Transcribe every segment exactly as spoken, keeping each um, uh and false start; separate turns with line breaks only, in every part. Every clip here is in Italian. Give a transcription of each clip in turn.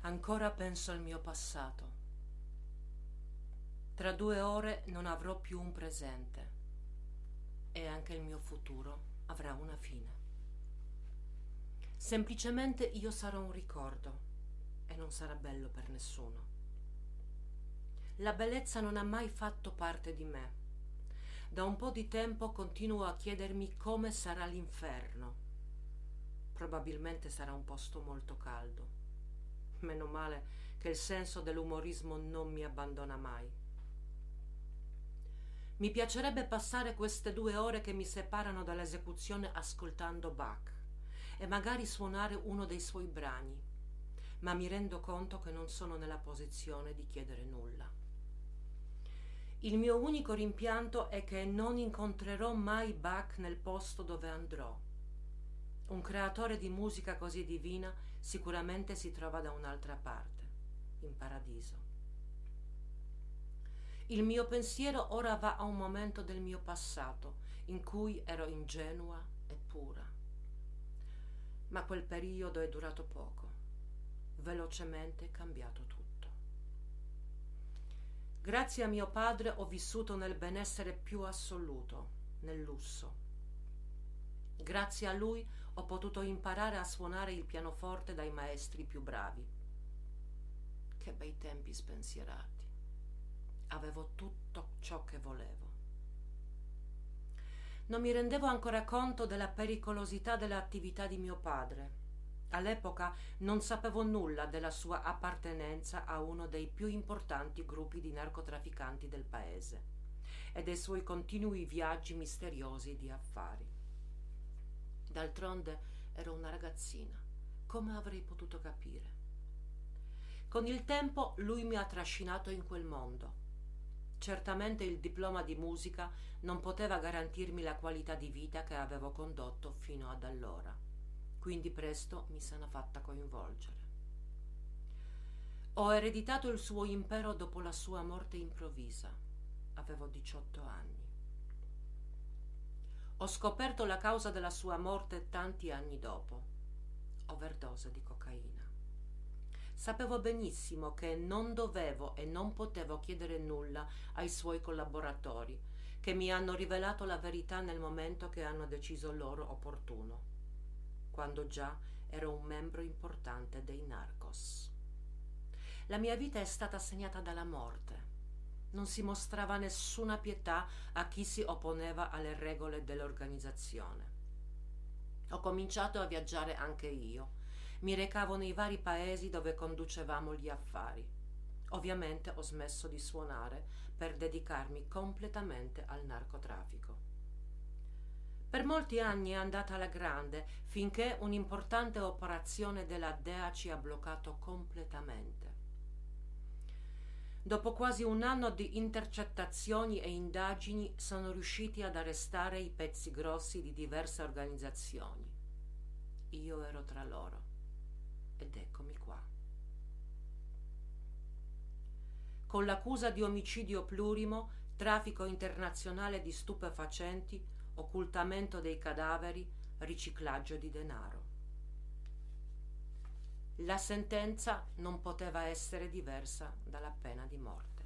Ancora penso al mio passato. Tra due ore non avrò più un presente e anche il mio futuro avrà una fine. Semplicemente io sarò un ricordo e non sarà bello per nessuno. La bellezza non ha mai fatto parte di me. Da un po' di tempo continuo a chiedermi come sarà l'inferno. Probabilmente sarà un posto molto caldo. Meno male che il senso dell'umorismo non mi abbandona mai. Mi piacerebbe passare queste due ore che mi separano dall'esecuzione ascoltando Bach e magari suonare uno dei suoi brani, ma mi rendo conto che non sono nella posizione di chiedere nulla. Il mio unico rimpianto è che non incontrerò mai Bach nel posto dove andrò. Un creatore di musica così divina sicuramente si trova da un'altra parte, in paradiso. Il mio pensiero ora va a un momento del mio passato in cui ero ingenua e pura. Ma quel periodo è durato poco. Velocemente è cambiato tutto. Grazie a mio padre ho vissuto nel benessere più assoluto, nel lusso. Grazie a lui ho potuto imparare a suonare il pianoforte dai maestri più bravi. Che bei tempi spensierati. Avevo tutto ciò che volevo. Non mi rendevo ancora conto della pericolosità dell'attività di mio padre. All'epoca non sapevo nulla della sua appartenenza a uno dei più importanti gruppi di narcotrafficanti del paese e dei suoi continui viaggi misteriosi di affari. D'altronde ero una ragazzina. Come avrei potuto capire? Con il tempo lui mi ha trascinato in quel mondo. Certamente il diploma di musica non poteva garantirmi la qualità di vita che avevo condotto fino ad allora, quindi presto mi sono fatta coinvolgere. Ho ereditato il suo impero dopo la sua morte improvvisa. Avevo diciotto anni. Ho scoperto la causa della sua morte tanti anni dopo. Overdose di cocaina. Sapevo benissimo che non dovevo e non potevo chiedere nulla ai suoi collaboratori, che mi hanno rivelato la verità nel momento che hanno deciso loro opportuno, quando già ero un membro importante dei Narcos. La mia vita è stata segnata dalla morte. Non si mostrava nessuna pietà a chi si opponeva alle regole dell'organizzazione. Ho cominciato a viaggiare anche io. Mi recavo nei vari paesi dove conducevamo gli affari. Ovviamente ho smesso di suonare per dedicarmi completamente al narcotraffico. Per molti anni è andata alla grande, finché un'importante operazione della D E A ci ha bloccato completamente. Dopo quasi un anno di intercettazioni e indagini sono riusciti ad arrestare i pezzi grossi di diverse organizzazioni. Io ero tra loro ed eccomi qua. Con l'accusa di omicidio plurimo, traffico internazionale di stupefacenti, occultamento dei cadaveri, riciclaggio di denaro. La sentenza non poteva essere diversa dalla pena di morte.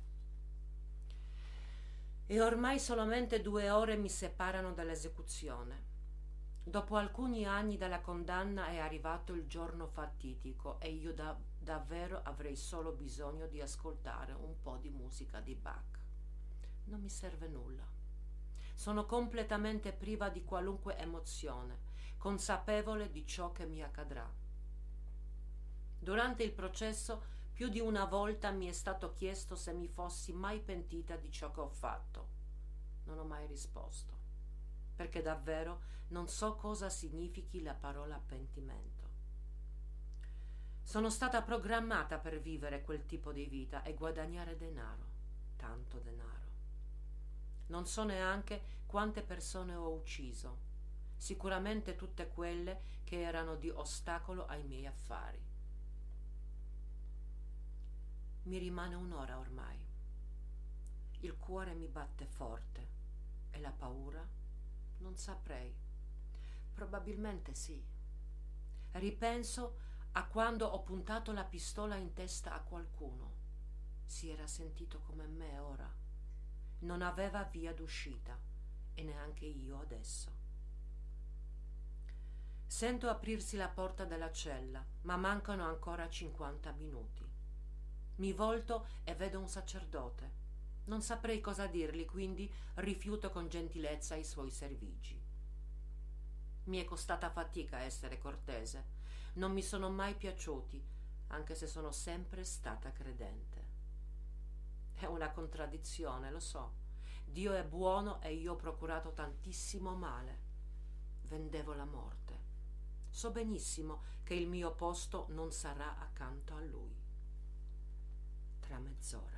E ormai solamente due ore mi separano dall'esecuzione. Dopo alcuni anni dalla condanna è arrivato il giorno fatidico e io da, davvero avrei solo bisogno di ascoltare un po' di musica di Bach. Non mi serve nulla. Sono completamente priva di qualunque emozione, consapevole di ciò che mi accadrà. Durante il processo più di una volta mi è stato chiesto se mi fossi mai pentita di ciò che ho fatto. Non ho mai risposto, perché davvero non so cosa significhi la parola pentimento. Sono stata programmata per vivere quel tipo di vita e guadagnare denaro, tanto denaro. Non so neanche quante persone ho ucciso, sicuramente tutte quelle che erano di ostacolo ai miei affari. Mi rimane un'ora ormai. Il cuore mi batte forte e la paura? Non saprei. Probabilmente sì. Ripenso a quando ho puntato la pistola in testa a qualcuno. Si era sentito come me ora. Non aveva via d'uscita e neanche io adesso. Sento aprirsi la porta della cella, ma mancano ancora cinquanta minuti. Mi volto e vedo un sacerdote. Non saprei cosa dirgli, quindi rifiuto con gentilezza i suoi servigi. Mi è costata fatica essere cortese. Non mi sono mai piaciuti, anche se sono sempre stata credente. È una contraddizione, lo so. Dio è buono e io ho procurato tantissimo male. Vendevo la morte. So benissimo che il mio posto non sarà accanto a lui. Tra mezz'ora.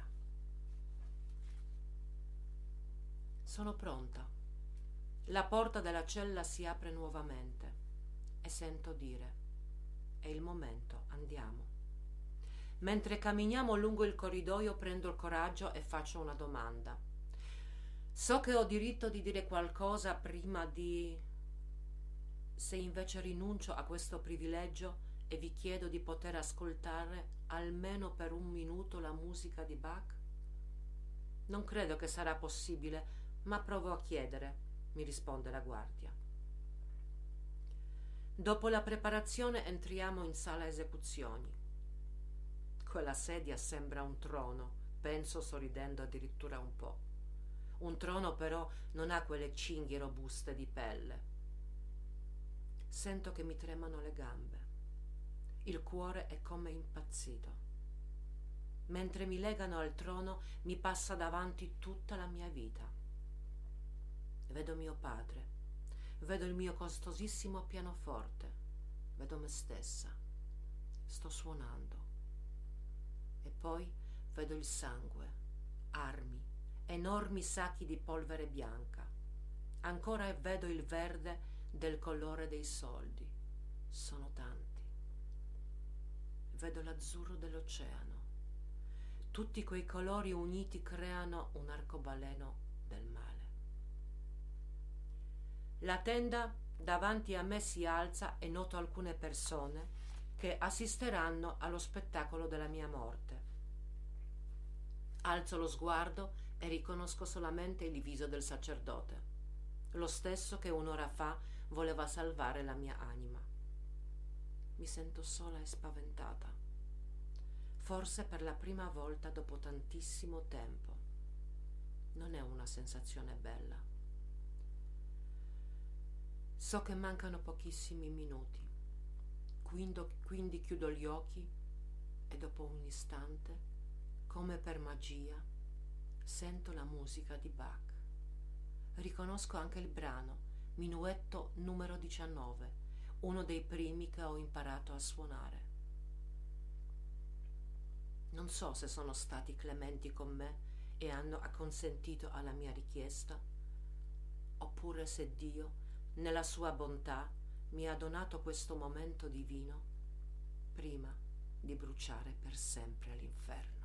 Sono pronta. La porta della cella si apre nuovamente e sento dire: è il momento, andiamo. Mentre camminiamo lungo il corridoio prendo il coraggio e faccio una domanda. So che ho diritto di dire qualcosa prima di... Se invece rinuncio a questo privilegio e vi chiedo di poter ascoltare almeno per un minuto la musica di Bach? Non credo che sarà possibile, ma provo a chiedere, mi risponde la guardia. Dopo la preparazione entriamo in sala esecuzioni. Quella sedia sembra un trono, penso sorridendo addirittura un po'. Un trono però non ha quelle cinghie robuste di pelle. Sento che mi tremano le gambe. Il cuore è come impazzito. Mentre mi legano al trono mi passa davanti tutta la mia vita. Vedo mio padre, vedo il mio costosissimo pianoforte, vedo me stessa. Sto suonando. E poi vedo il sangue, armi, enormi sacchi di polvere bianca. Ancora vedo il verde del colore dei soldi. Sono tanti. Vedo l'azzurro dell'oceano. Tutti quei colori uniti creano un arcobaleno del male. La tenda davanti a me si alza e noto alcune persone che assisteranno allo spettacolo della mia morte. Alzo lo sguardo e riconosco solamente il viso del sacerdote, lo stesso che un'ora fa voleva salvare la mia anima. Mi sento sola e spaventata, forse per la prima volta dopo tantissimo tempo. Non è una sensazione bella. So che mancano pochissimi minuti, quindi, quindi chiudo gli occhi e dopo un istante, come per magia, sento la musica di Bach. Riconosco anche il brano, Minuetto numero diciannove, uno dei primi che ho imparato a suonare. Non so se sono stati clementi con me e hanno acconsentito alla mia richiesta, oppure se Dio, nella sua bontà, mi ha donato questo momento divino prima di bruciare per sempre all'inferno.